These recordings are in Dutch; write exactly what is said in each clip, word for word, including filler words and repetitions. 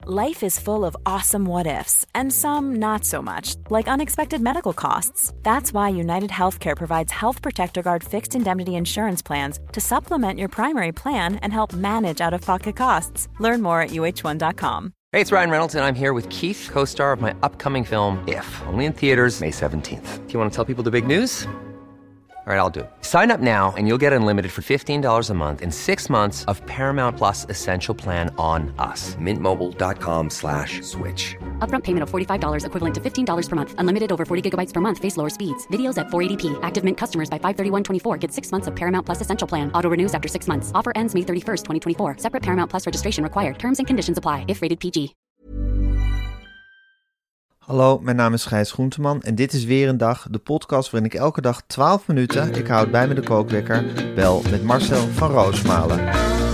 Life is full of awesome what-ifs, and some not so much, like unexpected medical costs. That's why United Healthcare provides Health Protector Guard fixed indemnity insurance plans to supplement your primary plan and help manage out-of-pocket costs. Learn more at U H one dot com. Hey, it's Ryan Reynolds, and I'm here with Keith, co-star of my upcoming film, If, only in theaters May seventeenth. Do you want to tell people the big news? All right, I'll do it. Sign up now and you'll get unlimited for fifteen dollars a month and six months of Paramount Plus Essential Plan on us. Mint Mobile dot com slash switch. Upfront payment of forty-five dollars equivalent to fifteen dollars per month. Unlimited over forty gigabytes per month. Face lower speeds. Videos at four eighty p. Active Mint customers by five thirty-one twenty-four get six months of Paramount Plus Essential Plan. Auto renews after six months. Offer ends May thirty-first, twenty twenty-four. Separate Paramount Plus registration required. Terms and conditions apply if rated P G. Hallo, mijn naam is Gijs Groenteman en dit is weer een dag, de podcast waarin ik elke dag twaalf minuten, ik houd bij me de kookwekker, bel met Marcel van Roosmalen.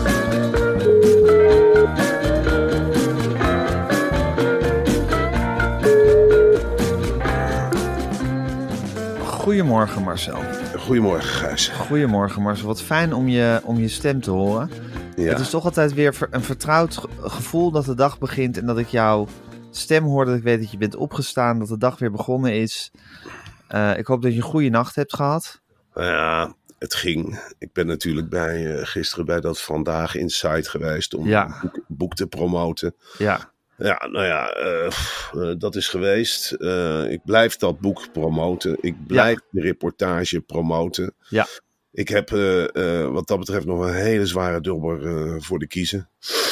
Goedemorgen Marcel. Goedemorgen Gijs. Goedemorgen Marcel, wat fijn om je, om je stem te horen. Ja. Het is toch altijd weer een vertrouwd gevoel dat de dag begint en dat ik jouw stem hoor, dat ik weet dat je bent opgestaan, dat de dag weer begonnen is. Uh, ik hoop dat je een goede nacht hebt gehad. Ja, het ging. Ik ben natuurlijk bij uh, gisteren bij dat Vandaag Inside geweest om ja. een boek, boek te promoten. Ja. Ja, nou ja, uh, uh, dat is geweest. Uh, ik blijf dat boek promoten. Ik blijf ja. de reportage promoten. Ja. Ik heb uh, uh, wat dat betreft nog een hele zware dobber uh, voor de kiezen.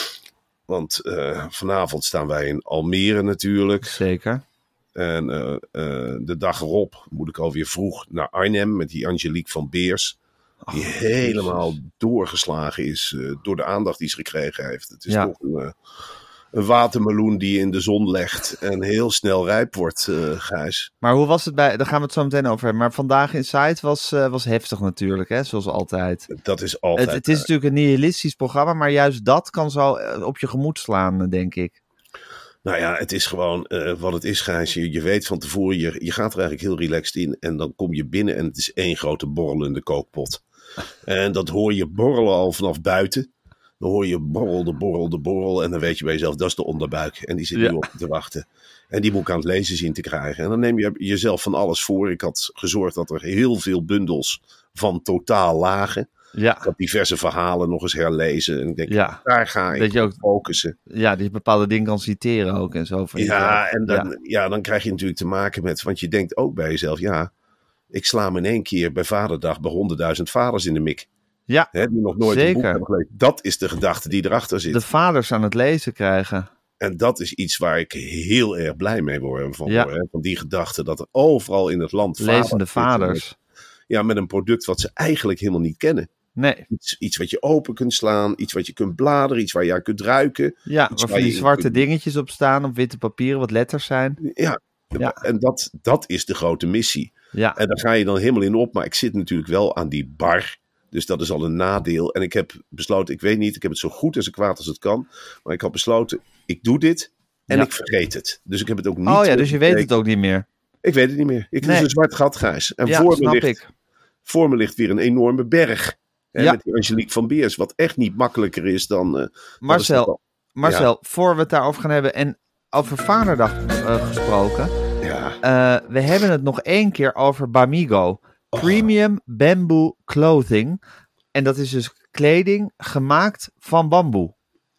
Want uh, vanavond staan wij in Almere natuurlijk. Zeker. En uh, uh, de dag erop moet ik alweer vroeg naar Arnhem met die Angelique van Beers. Die oh, helemaal Jezus. doorgeslagen is uh, door de aandacht die ze gekregen heeft. Het is ja. toch een, uh, een watermeloen die je in de zon legt en heel snel rijp wordt, uh, Gijs. Maar hoe was het bij, daar gaan we het zo meteen over hebben. Maar Vandaag Inside was, uh, was heftig natuurlijk, hè? Zoals altijd. Dat is altijd. Het, het is uh, natuurlijk een nihilistisch programma, maar juist dat kan zo op je gemoed slaan, denk ik. Nou ja, het is gewoon uh, wat het is, Gijs. Je, je weet van tevoren, je, je gaat er eigenlijk heel relaxed in. En dan kom je binnen en het is één grote borrelende kookpot. En dat hoor je borrelen al vanaf buiten. Dan hoor je borrel, de borrel, de borrel. En dan weet je bij jezelf, dat is de onderbuik. En die zit ja. nu op te wachten. En die moet ik aan het lezen zien te krijgen. En dan neem je jezelf van alles voor. Ik had gezorgd dat er heel veel bundels van totaal lagen. Ja. Ik had diverse verhalen nog eens herlezen. En ik denk, ja. daar ga ik dat je ook focussen. Ja, dat je bepaalde dingen kan citeren ook en zo. Van ja, en dan, ja. ja, dan krijg je natuurlijk te maken met... Want je denkt ook bij jezelf, ja... Ik sla me in één keer bij Vaderdag bij honderdduizend vaders in de mik. Ja, Hè, die nog nooit zeker. een boek hebben gelezen. Dat is de gedachte die erachter zit. De vaders aan het lezen krijgen. En dat is iets waar ik heel erg blij mee word. Van, ja. hoor, hè? Van die gedachte dat er overal in het land... Lezende vaders. Met, ja, met een product wat ze eigenlijk helemaal niet kennen. Nee. Iets, iets wat je open kunt slaan, iets wat je kunt bladeren, iets waar je aan kunt ruiken. Ja, iets waar die zwarte kunt... dingetjes op staan, op witte papieren, wat letters zijn. Ja, ja. en dat, dat is de grote missie. Ja. En daar ga je dan helemaal in op, maar ik zit natuurlijk wel aan die bar. Dus dat is al een nadeel. En ik heb besloten, ik weet niet, ik heb het zo goed en zo kwaad als het kan. Maar ik had besloten, ik doe dit en ja. ik vergeet het. Dus ik heb het ook niet... Oh ja, dus je weet het ook niet meer. Ik weet het niet meer. Ik, nee. Het is een zwart gat, Gijs. En ja, voor, snap me ligt, ik. voor me ligt weer een enorme berg. Hè, ja. Met die Angelique van Beers, wat echt niet makkelijker is dan... Uh, Marcel, dan Marcel ja. voor we het daarover gaan hebben en over Vaderdag uh, gesproken. Ja. Uh, we hebben het nog één keer over Bamigo. Oh. Premium Bamboo Clothing. En dat is dus kleding gemaakt van bamboe.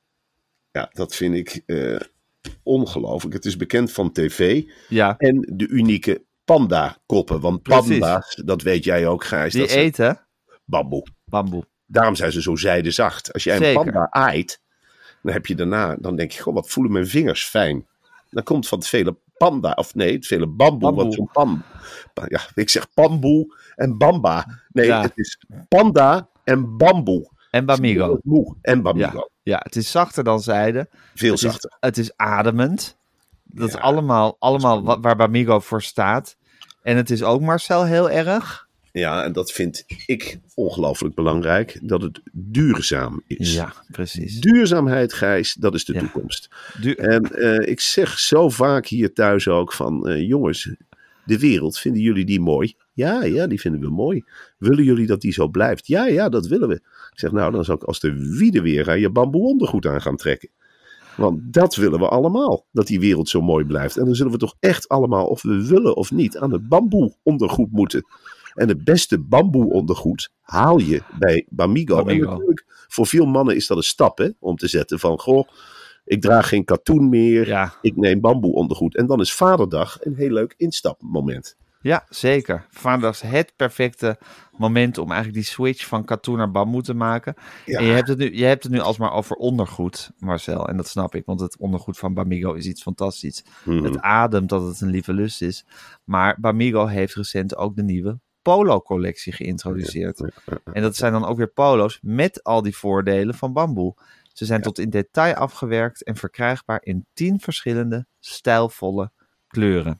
Ja, dat vind ik uh, ongelooflijk. Het is bekend van tv. Ja. En de unieke panda-koppen. Want panda's, dat weet jij ook, Gijs. Die dat eten bamboe. Bamboe. Daarom zijn ze zo zijdezacht. Als jij een Zeker. panda aait, dan heb je daarna, dan denk je, goh, wat voelen mijn vingers fijn. Dat komt van het vele panda, of nee, het vele bamboe. Bamboe. Wat zo'n pam, ja, ik zeg bamboe en bamba. Nee, ja. het is panda en bamboe. En Bamigo. En Bamigo. Ja, ja, het is zachter dan zijde. Veel het zachter. Is, het is ademend. Dat ja. is allemaal, allemaal wat, waar Bamigo voor staat. En het is ook, Marcel, heel erg... Ja, en dat vind ik ongelooflijk belangrijk, dat het duurzaam is. Ja, precies. Duurzaamheid, Gijs, dat is de ja. toekomst. Du- en uh, ik zeg zo vaak hier thuis ook van, uh, jongens, de wereld, vinden jullie die mooi? Ja, ja, die vinden we mooi. Willen jullie dat die zo blijft? Ja, ja, dat willen we. Ik zeg, nou, dan zou ik als de wiede weer aan je bamboe ondergoed aan gaan trekken. Want dat willen we allemaal, dat die wereld zo mooi blijft. En dan zullen we toch echt allemaal, of we willen of niet, aan het bamboe-ondergoed moeten. En het beste bamboe-ondergoed haal je bij Bamigo. Bamigo. En natuurlijk, voor veel mannen is dat een stap, hè, om te zetten van, goh, ik draag geen katoen meer, Ja. ik neem bamboe-ondergoed. En dan is Vaderdag een heel leuk instapmoment. Ja, zeker. Vaderdag is het perfecte moment om eigenlijk die switch van katoen naar bamboe te maken. Ja. En je hebt, het nu, je hebt het nu alsmaar over ondergoed, Marcel. En dat snap ik, want het ondergoed van Bamigo is iets fantastisch. Mhm. Het ademt dat het een lieve lust is. Maar Bamigo heeft recent ook de nieuwe polo-collectie geïntroduceerd. Ja, ja, ja. En dat zijn dan ook weer polo's met al die voordelen van bamboe. Ze zijn tot in detail afgewerkt en verkrijgbaar in tien verschillende stijlvolle kleuren.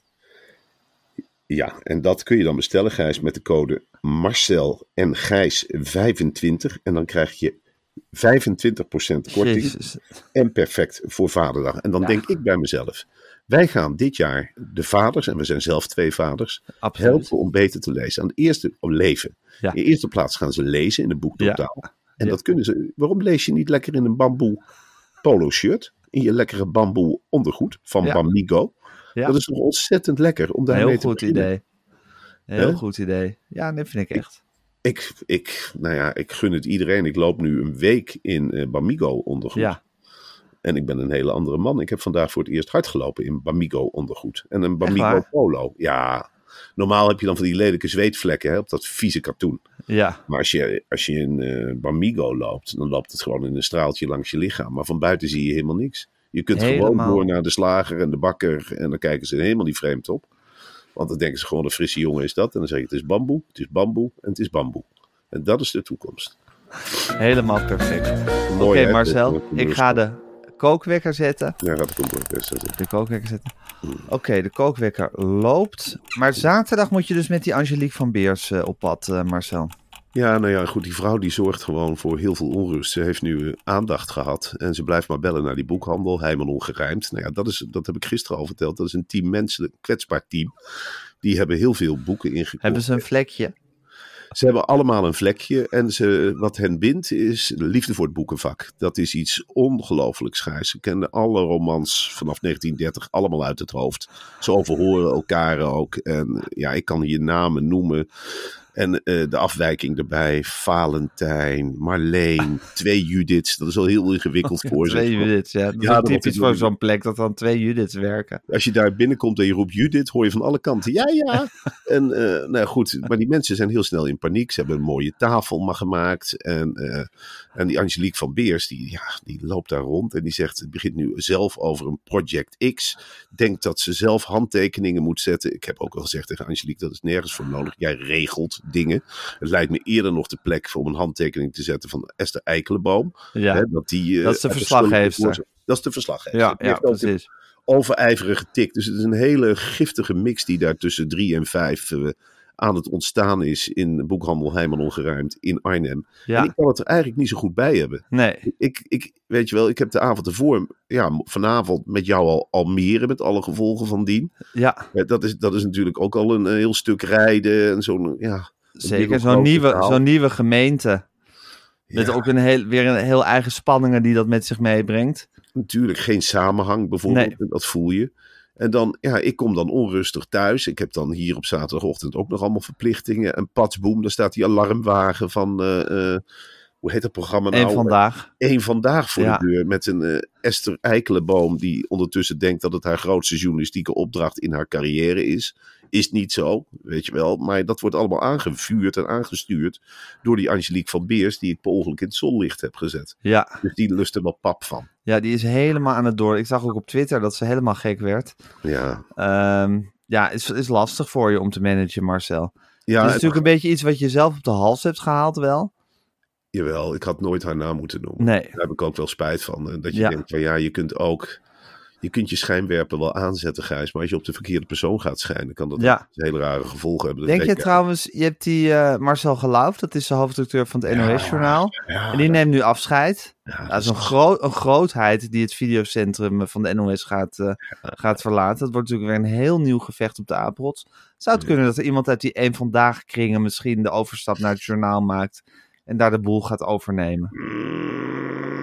Ja, en dat kun je dan bestellen, Gijs, met de code Marcel en Gijs vijfentwintig. En dan krijg je vijfentwintig procent korting. Jezus. En perfect voor Vaderdag. En dan Ja. denk ik bij mezelf, wij gaan dit jaar de vaders, en we zijn zelf twee vaders, Absoluut. helpen om beter te lezen. Aan de eerste, om leven. Ja. In de eerste plaats gaan ze lezen in de boekdoortaal. En Ja. dat kunnen ze. Waarom lees je niet lekker in een bamboe polo shirt? In je lekkere bamboe ondergoed van Ja. Bamigo? Ja. Dat is toch ontzettend lekker om daarmee Heel te goed beginnen. idee. Heel Hè? goed idee. Ja, dat vind ik echt. Ik, ik, nou ja, ik gun het iedereen. Ik loop nu een week in eh, Bamigo ondergoed. Ja, En ik ben een hele andere man. Ik heb vandaag voor het eerst hard gelopen in Bamigo ondergoed. En een Bamigo waar? polo. Ja, normaal heb je dan van die lelijke zweetvlekken, hè, op dat vieze katoen. ja. Maar als je, als je in eh, Bamigo loopt, dan loopt het gewoon in een straaltje langs je lichaam. Maar van buiten zie je helemaal niks. Je kunt Helemaal. gewoon door naar de slager en de bakker. En dan kijken ze helemaal niet vreemd op. Want dan denken ze gewoon, een frisse jongen is dat. En dan zeg je, het is bamboe, het is bamboe en het is bamboe. En dat is de toekomst. Helemaal perfect. Oké, Mooi, hè? Marcel, Dat- dat- ik ga de kookwekker zetten. Ja, gaat het ook best zetten. De kookwekker zetten. Oké, de kookwekker loopt. Maar zaterdag moet je dus met die Angelique van Beers uh, op pad, uh, Marcel. Ja, nou ja, goed, die vrouw die zorgt gewoon voor heel veel onrust. Ze heeft nu uh, aandacht gehad en ze blijft maar bellen naar die boekhandel, Heijman Ongerijmd. Nou ja, dat, is, dat heb ik gisteren al verteld. Dat is een team mensen, een kwetsbaar team. Die hebben heel veel boeken ingekocht. Hebben ze een vlekje? Ze hebben allemaal een vlekje en ze, wat hen bindt is liefde voor het boekenvak. Dat is iets ongelooflijk schaars. Ze kennen alle romans vanaf negentien dertig allemaal uit het hoofd. Ze overhoren elkaar ook. En ja, ik kan hier namen noemen. En uh, de afwijking erbij. Valentijn, Marleen, twee Judiths. Dat is al heel ingewikkeld voor ze. Twee Judiths, ja. Dat is Ja, ook dat typisch wordt- voor zo'n plek dat dan twee Judiths werken. Als je daar binnenkomt en je roept Judith, hoor je van alle kanten ja, ja. En uh, nou goed, maar die mensen zijn heel snel in paniek. Ze hebben een mooie tafel maar gemaakt. En, uh, en die Angelique van Beers, die, ja, die loopt daar rond en die zegt, het begint nu zelf over een Project X. Denkt dat ze zelf handtekeningen moet zetten. Ik heb ook al gezegd tegen Angelique, dat is nergens voor nodig. Jij regelt dingen. Het lijkt me eerder nog de plek om een handtekening te zetten van Esther Eikelenboom. Ja, Hè, dat, die, uh, dat is de uit verslaggeefster. schuldige- Dat is de verslaggeefster. ja, Die ja heeft ook de precies. overijverige tik. Dus het is een hele giftige mix die daar tussen drie en vijf uh, aan het ontstaan is in boekhandel Heijman Ongerijmd in Arnhem. Ja. En ik kan het er eigenlijk niet zo goed bij hebben. Nee, Ik, ik, weet je wel, ik heb de avond ervoor, ja, vanavond met jou al Almere met alle gevolgen van dien. ja, Ja, dat, is, dat is natuurlijk ook al een, een heel stuk rijden en zo'n, ja. zeker. heel Zo'n groot nieuwe, verhaal. zo'n nieuwe gemeente. Met Ja, ook een heel, weer een heel eigen spanningen die dat met zich meebrengt. natuurlijk geen samenhang bijvoorbeeld, Nee. dat voel je. En dan, ja, ik kom dan onrustig thuis. Ik heb dan hier op zaterdagochtend ook nog allemaal verplichtingen. En patsboom, daar staat die alarmwagen van, uh, uh, hoe heet dat programma nou? Eén vandaag. Eén vandaag voor Ja. de deur. Met een uh, Esther Eikelenboom die ondertussen denkt dat het haar grootste journalistieke opdracht in haar carrière is. Is niet zo, weet je wel. Maar dat wordt allemaal aangevuurd en aangestuurd door die Angelique van Beers die ik per ongeluk in het zonlicht heb gezet. Ja. Dus die lust er wel pap van. ja, die is helemaal aan het door. Ik zag ook op Twitter dat ze helemaal gek werd. Ja, Ehm, ja, is, is lastig voor je om te managen, Marcel. ja het is en- natuurlijk een beetje iets wat je zelf op de hals hebt gehaald wel. jawel, ik had nooit haar naam moeten noemen. Nee. Daar heb ik ook wel spijt van. En dat je Ja. denkt, van ja, je kunt ook... Je kunt je schijnwerper wel aanzetten, Gijs. Maar als je op de verkeerde persoon gaat schijnen, kan dat Ja. hele rare gevolgen hebben. Dat Denk je weet trouwens, je hebt die uh, Marcel Geloof, dat is de hoofdredacteur van het N O S-journaal. Ja, En die neemt nu afscheid. ja, Dat is een, gro- een grootheid die het videocentrum van de N O S gaat, uh, gaat verlaten. Dat wordt natuurlijk weer een heel nieuw gevecht op de apenrots. Zou het kunnen dat er iemand uit die één vandaag kringen misschien de overstap naar het journaal maakt en daar de boel gaat overnemen? Mm,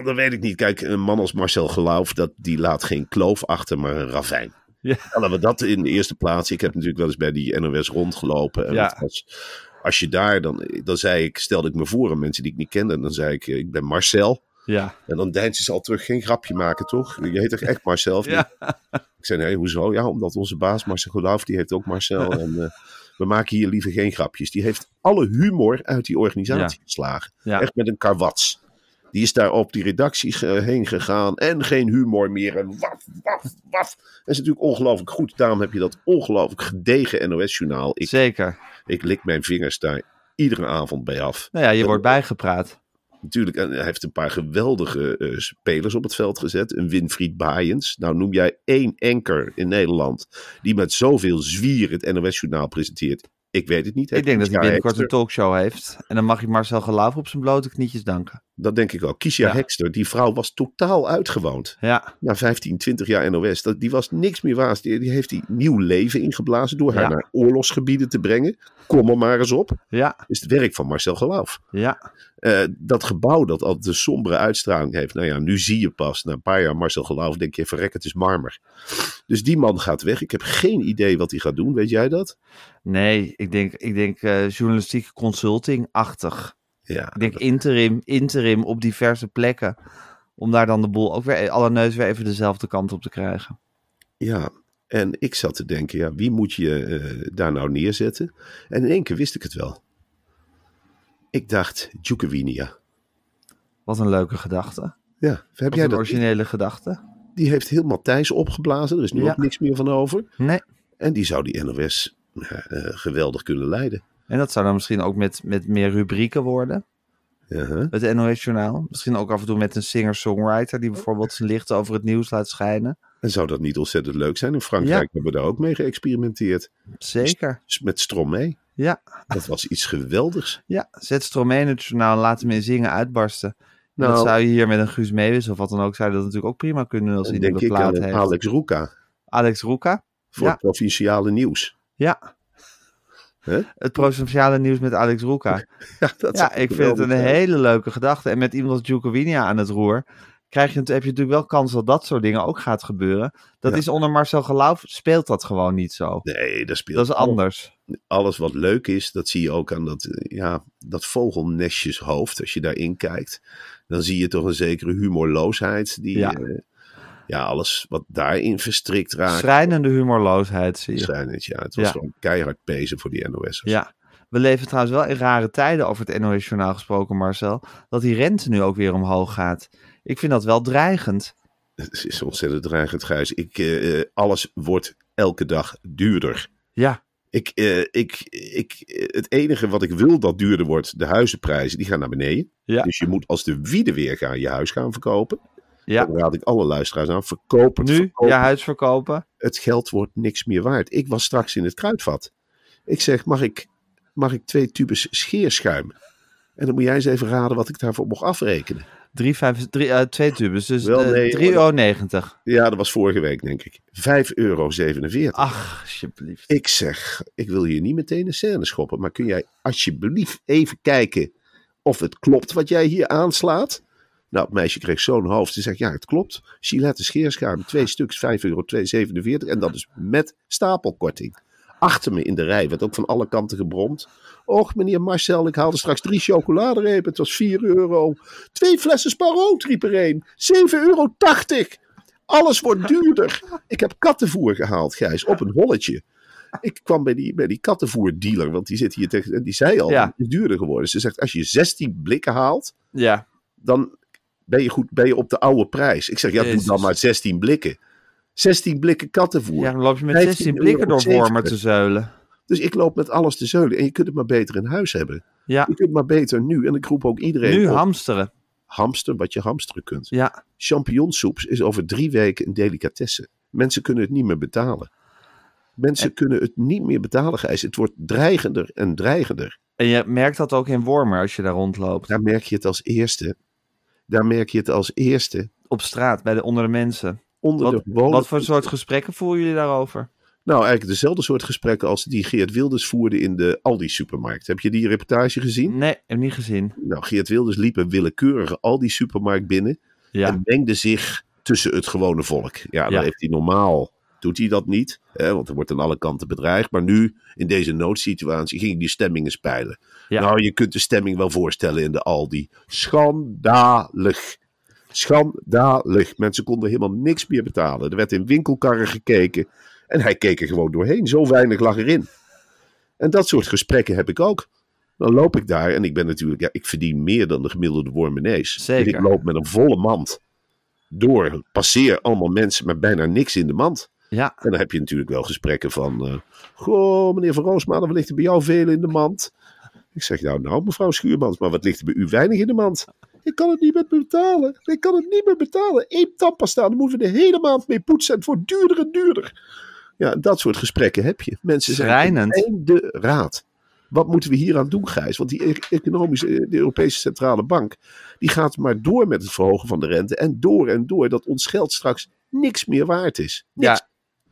Dat weet ik niet. Kijk, een man als Marcel Geloof, dat, die laat geen kloof achter, maar een ravijn. Ja. Laten we dat in de eerste plaats. Ik heb natuurlijk wel eens bij die N O S rondgelopen. En Ja. was, als je daar, dan, dan zei ik, stelde ik me voor aan mensen die ik niet kende. En dan zei ik, ik ben Marcel. Ja. En dan deinsden ze al terug, geen grapje maken, toch? Je heet toch echt Marcel? Of Ja. niet? Ik zei, nee, hoezo? Ja, omdat onze baas Marcel Geloof, die heeft ook Marcel. En uh, we maken hier liever geen grapjes. Die heeft alle humor uit die organisatie Ja. geslagen. Ja. Echt met een karwats. Die is daar op die redactie ge- heen gegaan. En geen humor meer. En waf, waf, waf. Dat is natuurlijk ongelooflijk goed. Daarom heb je dat ongelooflijk gedegen N O S-journaal. Ik, Zeker. ik lik mijn vingers daar iedere avond bij af. Nou ja, je wordt bijgepraat. Natuurlijk, en hij heeft een paar geweldige uh, spelers op het veld gezet. Een Winfried Baaiens. Nou, noem jij één anker in Nederland die met zoveel zwier het N O S-journaal presenteert. Ik weet het niet. Ik denk dat hij Kiesja binnenkort Hekster, een talkshow heeft. En dan mag je Marcel Geloof op zijn blote knietjes danken. Dat denk ik wel. Kiesja Ja. Hekster, die vrouw was totaal uitgewoond. Ja. Na vijftien, twintig jaar N O S. Dat, die was niks meer waard. Die, die heeft die nieuw leven ingeblazen door haar Ja. naar oorlogsgebieden te brengen. Kom er maar eens op. Ja. Is het werk van Marcel Geloof. Ja. Uh, dat gebouw dat altijd een sombere uitstraling heeft. Nou ja, nu zie je pas, na een paar jaar Marcel Geloof, denk je, verrek, het is marmer. Dus die man gaat weg. Ik heb geen idee wat hij gaat doen. Weet jij dat? Nee, ik denk, ik denk uh, journalistieke consulting-achtig. Ja, Ik denk interim, interim op diverse plekken. Om daar dan de boel ook weer, alle neus weer even dezelfde kant op te krijgen. ja. En ik zat te denken, ja, wie moet je uh, daar nou neerzetten? En in één keer wist ik het wel. Ik dacht, Djokovinia. Wat een leuke gedachte. Ja, heb Wat jij een dat? originele gedachte. Die heeft helemaal Thijs opgeblazen. Er is nu Ja. ook niks meer van over. Nee. En die zou die N O S uh, uh, geweldig kunnen leiden. En dat zou dan misschien ook met, met meer rubrieken worden. Uh-huh. Het N O S-journaal. Misschien ook af en toe met een singer-songwriter die bijvoorbeeld zijn licht over het nieuws laat schijnen. En zou dat niet ontzettend leuk zijn? In Frankrijk Ja. hebben we daar ook mee geëxperimenteerd. Zeker. S- Met Stromae. Ja. Dat was iets geweldigs. Ja. Zet Stromae in het journaal en laat hem in zingen uitbarsten. En Nou, dat zou je hier met een Guus Meeuwis of wat dan ook, zou je dat natuurlijk ook prima kunnen als dan hij denk de ik plaat aan heeft. Alex Roeka. Alex Roeka. Voor Ja. het provinciale nieuws. Ja. Huh? Het provinciale nieuws met Alex Roeka. Ja, dat Ja, zou ik vind het geweldig een zijn. hele leuke gedachte. En met iemand als Djokovinia aan het roer, krijg je, heb je natuurlijk wel kans dat dat soort dingen ook gaat gebeuren. Dat Ja. is onder Marcel Geloof, speelt dat gewoon niet zo. Nee, dat speelt Dat is anders. alles wat leuk is, dat zie je ook aan dat, eh, ja, dat vogelnestjeshoofd. Als je daarin kijkt, dan zie je toch een zekere humorloosheid. Die, Ja. ja, ja alles wat daarin verstrikt raakt. Schrijnende humorloosheid zie je. Zijn het, ja. Het was Ja. gewoon keihard pezen voor die N O S'ers. Ja. We leven trouwens wel in rare tijden over het N O S-journaal gesproken, Marcel. Dat die rente nu ook weer omhoog gaat. Ik vind dat wel dreigend. Het is ontzettend dreigend, Gijs. Ik, eh, eh, alles wordt elke dag duurder. Ja. Ik, eh, ik, ik, het enige wat ik wil dat duurder wordt, de huizenprijzen, die gaan naar beneden. Ja. Dus je moet als de wiede weer gaan je huis gaan verkopen. Ja. Dan raad ik alle luisteraars aan, verkopen. Nu verkopen. je huis verkopen. Het geld wordt niks meer waard. Ik was straks in het kruidvat. Ik zeg, mag ik, mag ik twee tubes scheerschuim? En dan moet jij eens even raden wat ik daarvoor mocht afrekenen. Drie, vijf, drie, uh, twee tubes, dus Wel, nee, drie euro negentig. Ja, dat was vorige week, denk ik. vijf euro zevenenveertig. Ach, alsjeblieft. Ik zeg, ik wil hier niet meteen een scène schoppen, maar kun jij alsjeblieft even kijken of het klopt wat jij hier aanslaat? Nou, het meisje kreeg zo'n hoofd. Ze zegt, ja, het klopt. Gillette scheerschuim, twee stuks, vijf euro zevenenveertig. En dat is met stapelkorting. Achter me in de rij werd ook van alle kanten gebromd. Och, meneer Marcel, ik haalde straks drie chocoladerepen. Het was vier euro. Twee flessen Sparroot, riep er een. zeven euro tachtig. Alles wordt duurder. Ik heb kattenvoer gehaald, Gijs, op een holletje. Ik kwam bij die, bij die kattenvoerdealer, want die zit hier tegen, en die zei al, Ja. het is duurder geworden. Ze zegt, als je zestien blikken haalt, Ja. dan ben je, goed, ben je op de oude prijs. Ik zeg, ja, doe Jezus. dan maar zestien blikken. zestien blikken kattenvoer. Ja, dan loop je met vijftien zestien blikken door euro wormen te zeulen. Dus ik loop met alles te zeulen. En je kunt het maar beter in huis hebben. Ja, Je kunt maar beter nu. En ik roep ook iedereen nu op. hamsteren. Hamster wat je hamsteren kunt. Ja, Champignonsoep is over drie weken een delicatesse. Mensen kunnen het niet meer betalen. Mensen En- kunnen het niet meer betalen, Gijs. Het wordt dreigender en dreigender. en je merkt dat ook in Wormer als je daar rondloopt. Daar merk je het als eerste. Daar merk je het als eerste. Op straat, bij de, onder de mensen. Onder Wat, de wonen. wat voor soort gesprekken voeren jullie daarover? Nou, eigenlijk dezelfde soort gesprekken als die Geert Wilders voerde in de Aldi-supermarkt. Heb je die reportage gezien? Nee, heb ik niet gezien. Nou, Geert Wilders liep een willekeurige Aldi-supermarkt binnen. Ja. En mengde zich tussen het gewone volk. Ja, dan Ja. heeft hij normaal, doet hij dat niet. Hè, want er wordt aan alle kanten bedreigd. Maar nu, in deze noodsituatie, ging hij die stemmingen speilen. Ja. Nou, je kunt de stemming wel voorstellen in de Aldi. Schandalig. Schandalig. Mensen konden helemaal niks meer betalen. Er werd in winkelkarren gekeken. En hij keek er gewoon doorheen. Zo weinig lag erin. En dat soort gesprekken heb ik ook. Dan loop ik daar en ik ben natuurlijk... Ja, ik verdien meer dan de gemiddelde Wormenees. Zeker. Dus ik loop met een volle mand door. Passeer allemaal mensen met bijna niks in de mand. Ja. En dan heb je natuurlijk wel gesprekken van... Uh, goh, meneer Van Roosmalen, wat ligt er bij jou veel in de mand? Ik zeg, nou, nou, mevrouw Schuurmans, maar wat ligt er bij u weinig in de mand? Ik kan het niet meer betalen. Ik kan het niet meer betalen. Eén tandpasta, dan moeten we de hele maand mee poetsen. En het wordt duurder en duurder. Ja, dat soort gesprekken heb je. Mensen zijn Schrijnend. in de raad. Wat moeten we hier aan doen, Gijs? Want die economische, de Europese Centrale Bank, die gaat maar door met het verhogen van de rente. En door en door dat ons geld straks niks meer waard is. Niks. Ja.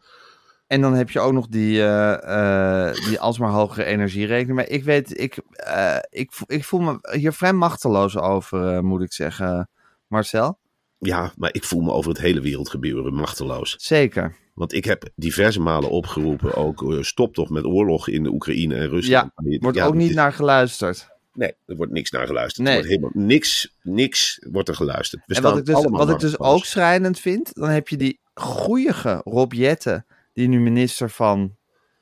En dan heb je ook nog die, uh, uh, die alsmaar hogere energierekening. Maar ik weet, ik, uh, ik, ik voel me hier vrij machteloos over, uh, moet ik zeggen, Marcel. Ja, maar ik voel me over het hele wereldgebeuren machteloos. Zeker. Want ik heb diverse malen opgeroepen, ook uh, stop toch met oorlog in de Oekraïne en Rusland. Ja, wordt ja, ook niet is... naar geluisterd. Nee, er wordt niks naar geluisterd. Nee. Er wordt helemaal niks, niks wordt er geluisterd. We en wat ik dus, allemaal wat ik dus machteloos. ook schrijnend vind, dan heb je die goeie Rob Jetten, die nu minister van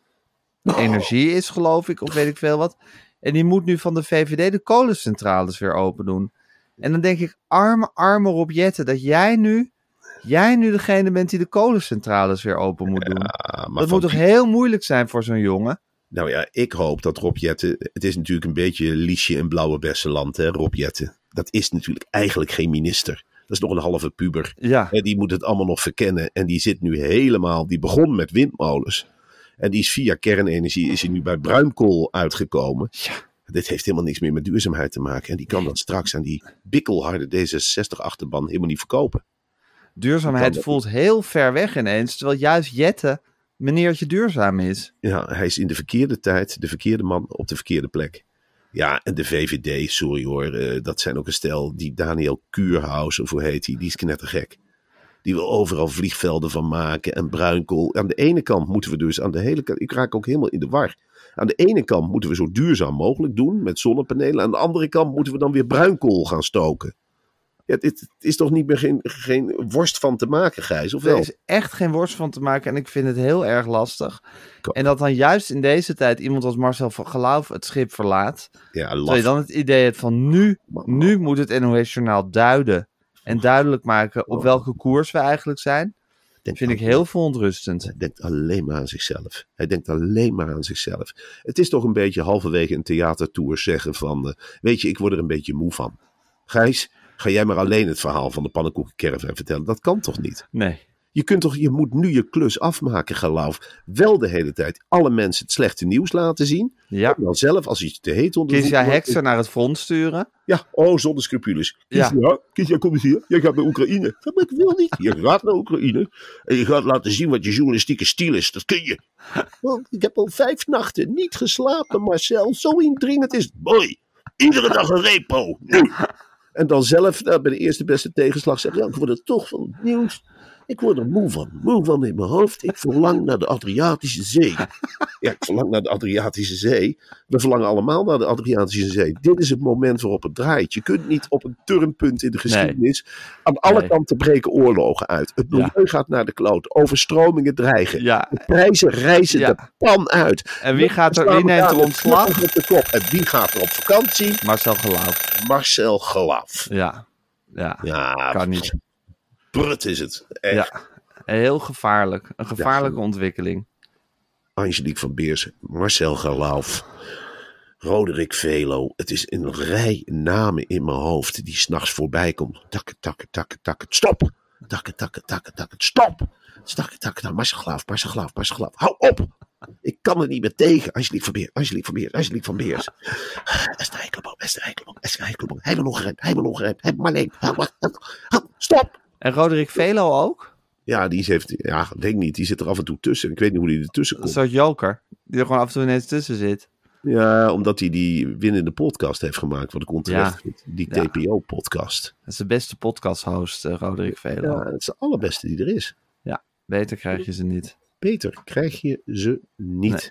Oh. Energie is, geloof ik, of weet ik veel wat. En die moet nu van de V V D de kolencentrales weer open doen. En dan denk ik, arme, arme Rob Jetten, dat jij nu, jij nu degene bent die de kolencentrales weer open moet doen. Ja, maar dat van moet toch die- heel moeilijk zijn voor zo'n jongen? Nou ja, ik hoop dat Rob Jetten... Het is natuurlijk een beetje Liesje in Blauwe Bessenland, hè, Rob Jetten. Dat is natuurlijk eigenlijk geen minister. Dat is nog een halve puber. Ja, Hè, die moet het allemaal nog verkennen. En die zit nu helemaal... Die begon met windmolens. En die is via kernenergie is hij nu bij bruinkool uitgekomen. Ja. Dit heeft helemaal niks meer met duurzaamheid te maken. En die kan dat straks aan die bikkelharde D zesenzestig-achterban helemaal niet verkopen. duurzaamheid dat- voelt heel ver weg ineens, terwijl juist Jetten meneertje duurzaam is. Ja, hij is in de verkeerde tijd, de verkeerde man op de verkeerde plek. Ja, en de V V D, sorry hoor, eh, dat zijn ook een stel. Die Daniel Kuurhaus, of hoe heet hij, die is knettergek. Die wil overal vliegvelden van maken en bruinkool. Aan de ene kant moeten we dus, aan de hele kant, ik raak ook helemaal in de war. Aan de ene kant moeten we zo duurzaam mogelijk doen met zonnepanelen. Aan de andere kant moeten we dan weer bruinkool gaan stoken. Ja, dit het is toch niet meer geen, geen worst van te maken, Gijs, of Er wel? is echt geen worst van te maken en ik vind het heel erg lastig. Ko- En dat dan juist in deze tijd iemand als Marcel van Geloof het schip verlaat. Ja, Terwijl je laf. dan het idee hebt van nu, nu moet het N O S-journaal duiden. En duidelijk maken op welke koers we eigenlijk zijn. Denk Vind ik aan- heel verontrustend. Hij denkt alleen maar aan zichzelf. Hij denkt alleen maar aan zichzelf. Het is toch een beetje halverwege een theatertour zeggen van... Uh, weet je, ik word er een beetje moe van. Gijs, ga jij maar alleen het verhaal van de pannenkoekencaravan vertellen. Dat kan toch niet? Nee. Je kunt toch, je moet nu je klus afmaken, Geloof. Wel de hele tijd alle mensen het slechte nieuws laten zien. Ja. En dan zelf, als je te heet onder de Kies jij voeten wordt, Hekser naar het front sturen? Ja, oh, zonder scrupules. Kies Ja. ja. Kies jij, kom eens hier. Jij gaat naar Oekraïne. Ja, maar ik wil niet. Je gaat naar Oekraïne. En je gaat laten zien wat je journalistieke stijl is. Dat kun je. Want ik heb al vijf nachten niet geslapen, Marcel. Zo indringend is het. Boy, iedere dag een repo. Nu. En dan zelf nou, bij de eerste beste tegenslag zeggen. Ja, ik word er toch van het nieuws. Ik word er moe van. Moe van in mijn hoofd. Ik verlang naar de Adriatische Zee. Ja, ik verlang naar de Adriatische Zee. We verlangen allemaal naar de Adriatische Zee. Dit is het moment waarop het draait. Je kunt niet op een turnpunt in de geschiedenis aan alle Nee. kanten breken oorlogen uit. Het milieu Ja. gaat naar de kloot. Overstromingen dreigen. Ja. De prijzen reizen Ja. de pan uit. En wie, gaat er, We wie slaan neemt er elkaar ontslag? met knuppels op de kop. En wie gaat er op vakantie? Marcel Geloof. Marcel Geloof. Ja. Ja. Ja, Kan niet. Prut is het. Echt. Ja. Heel gevaarlijk. Een gevaarlijke ontwikkeling. Angelique van Beers, Marcel Geloof, Roderick Velo. Het is een rij namen in mijn hoofd die 's nachts voorbij komt. Takken, takken, takken, takken. Stop! Takken, takken, takken, takken. Stop! Takken, takken, takken. Marcel Geloof, Marcel Geloof, Marcel Geloof. Hou op! Ik kan er niet meer tegen. Angelique van Beers, Angelique van Beers, Angelique van Beers. Esther Eikelboom, Esther Eikelboom, Esther Eikelboom. Hij wil nog gerend, hij wil nog gerend. Hij Marleen. Stop! En Roderick Velo ook? Ja, die heeft, ja, denk niet. Die zit er af en toe tussen. Ik weet niet hoe die er tussen Een komt. soort joker. Die er gewoon af en toe ineens tussen zit. Ja, omdat hij die winnende podcast heeft gemaakt, wat ik onterecht Ja. vind. Die Ja. T P O-podcast. Dat is de beste podcast-host, uh, Roderick Velo. Ja, het is de allerbeste die er is. Ja, beter krijg je ze niet. Beter krijg je ze niet. Nee.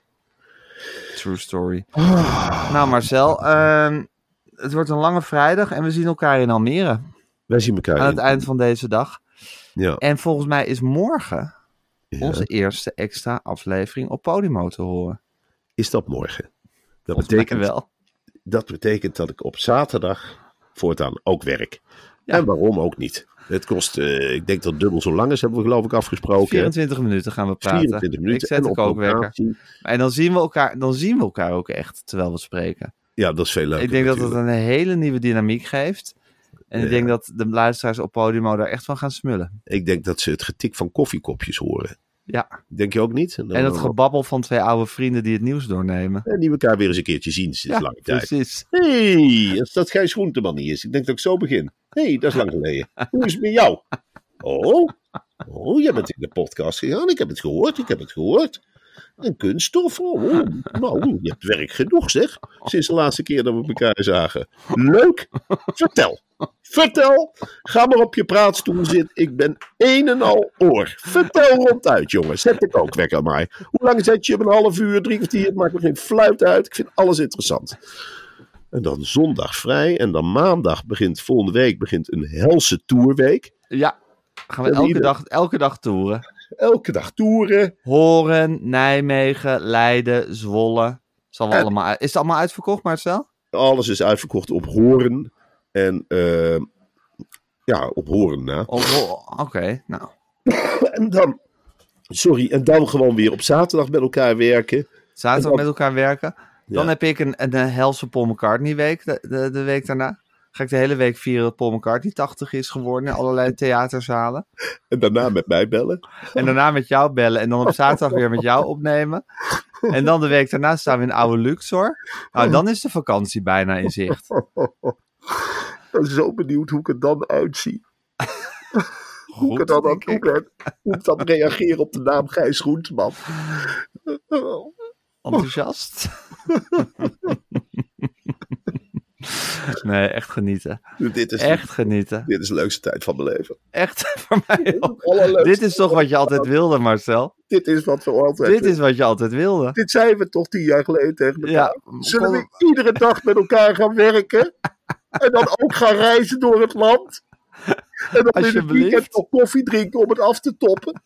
True story. Oh. Nou Marcel, uh, het wordt een lange vrijdag en we zien elkaar in Almere. Wij zien elkaar aan in. het eind van deze dag. Ja. En volgens mij is morgen ja. onze eerste extra aflevering op Podimo te horen. Is dat morgen? Dat volgens betekent, mij wel. dat betekent dat ik op zaterdag voortaan ook werk. Ja. En waarom ook niet? Het kost, uh, ik denk dat het dubbel zo lang is, hebben we geloof ik afgesproken. vierentwintig minuten gaan we praten. vierentwintig minuten. Ik zet de en kookwekker. En dan zien, we elkaar, dan zien we elkaar ook echt, terwijl we spreken. Ja, dat is veel leuker. Ik denk natuurlijk. dat het een hele nieuwe dynamiek geeft. En ja. ik denk dat de luisteraars op Podimo daar echt van gaan smullen. Ik denk dat ze het getik van koffiekopjes horen. Ja. Denk je ook niet? En, dan, en het gebabbel van twee oude vrienden die het nieuws doornemen. En die elkaar weer eens een keertje zien sinds ja, lange tijd. Precies. Hé, hey, als dat Gijs Groenteman niet is. Ik denk dat ik zo begin. Hé, hey, dat is lang geleden. Hoe is het met jou? Oh, oh, jij bent in de podcast gegaan. Ik heb het gehoord, ik heb het gehoord. Een kunststof. Oh, nou, je hebt werk genoeg zeg. Sinds de laatste keer dat we elkaar zagen. Leuk. Vertel. Vertel. Ga maar op je praatstoel zitten. Ik ben een en al oor. Vertel ronduit, jongen. Zet de kookwekker maar. Hoe lang zet je hem? Een half uur, drie kwartier? Het maakt me geen fluit uit. Ik vind alles interessant. En dan zondag vrij. En dan maandag begint, volgende week begint een helse tourweek. Ja, gaan we elke dag, elke dag toeren. Elke dag toeren. Horen, Nijmegen, Leiden, Zwolle. Zal En, allemaal, is het allemaal uitverkocht, Marcel? Alles is uitverkocht op Horen. En uh, ja, op Horen na. Oké, okay, nou. En dan, sorry, en dan gewoon weer op zaterdag met elkaar werken. Zaterdag dan, met elkaar werken. Dan ja. heb ik een, een, een helse Paul McCartney week, de, de, de week daarna. Ga ik de hele week vieren dat Paul McCartney tachtig is geworden in allerlei theaterzalen. En daarna met mij bellen. En daarna met jou bellen. En dan op zaterdag weer met jou opnemen. En dan de week daarna staan we in Oude Luxor. Nou, dan is de vakantie bijna in zicht. Ik ben zo benieuwd hoe ik er dan uitzie. Hoe ik, er dan, hoe, ik er, hoe ik dan reageer op de naam Gijs Groenteman. Enthousiast? Nee, echt genieten. Dit is, echt genieten. Dit is de leukste tijd van mijn leven. Echt, voor mij ook. Dit is toch wat je altijd wilde, Marcel? Dit is wat we altijd Dit is wat je altijd wilde. Dit zeiden we toch tien jaar geleden tegen elkaar. Ja, Zullen we iedere dag met elkaar gaan werken? En dan ook gaan reizen door het land? En dan in het weekend nog koffie drinken om het af te toppen?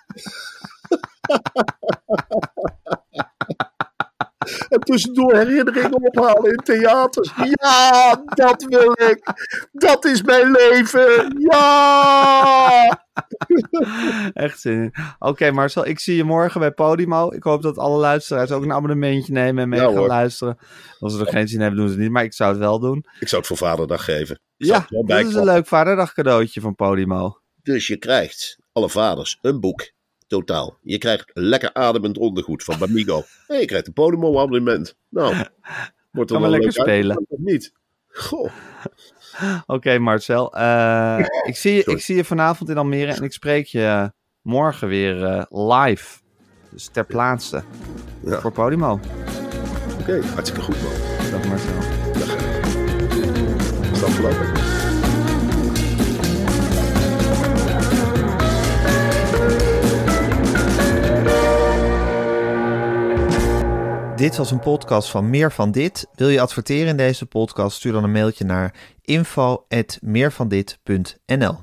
En tussendoor herinneringen ophalen in theaters. Ja, dat wil ik. Dat is mijn leven. Ja! Echt zin in. Oké, okay, Marcel, ik zie je morgen bij Podimo. Ik hoop dat alle luisteraars ook een abonnementje nemen en mee ja, gaan hoor. luisteren. Als ze er geen zin hebben, doen ze het niet. Maar ik zou het wel doen. Ik zou het voor Vaderdag geven. Ik ja, dat is een leuk Vaderdag cadeautje van Podimo. Dus je krijgt, alle vaders, een boek. Totaal. Je krijgt lekker ademend ondergoed van Bamigo. En je krijgt een Podimo-abonnement. Nou, wordt er wel lekker leuk spelen. Uit, of niet? Goh. Oké, okay, Marcel. Uh, ik, zie je, ik zie je vanavond in Almere en ik spreek je morgen weer uh, live. Dus ter plaatse. Ja. Voor Podimo. Oké, okay, hartstikke goed, man. Dag Marcel. Dag. Is dat afgelopen? Dit was een podcast van Meer van Dit. Wil je adverteren in deze podcast? Stuur dan een mailtje naar info at meervandit punt n l.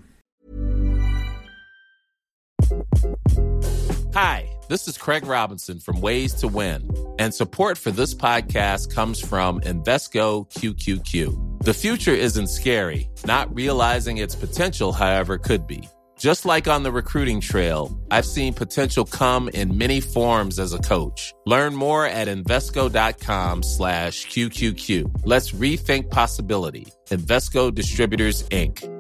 Hi, this is Craig Robinson from Ways to Win, and support for this podcast comes from Invesco Q Q Q. The future isn't scary. Not realizing its potential, however, could be. Just like on the recruiting trail, I've seen potential come in many forms as a coach. Learn more at Invesco.com slash QQQ. Let's rethink possibility. Invesco Distributors, Incorporated.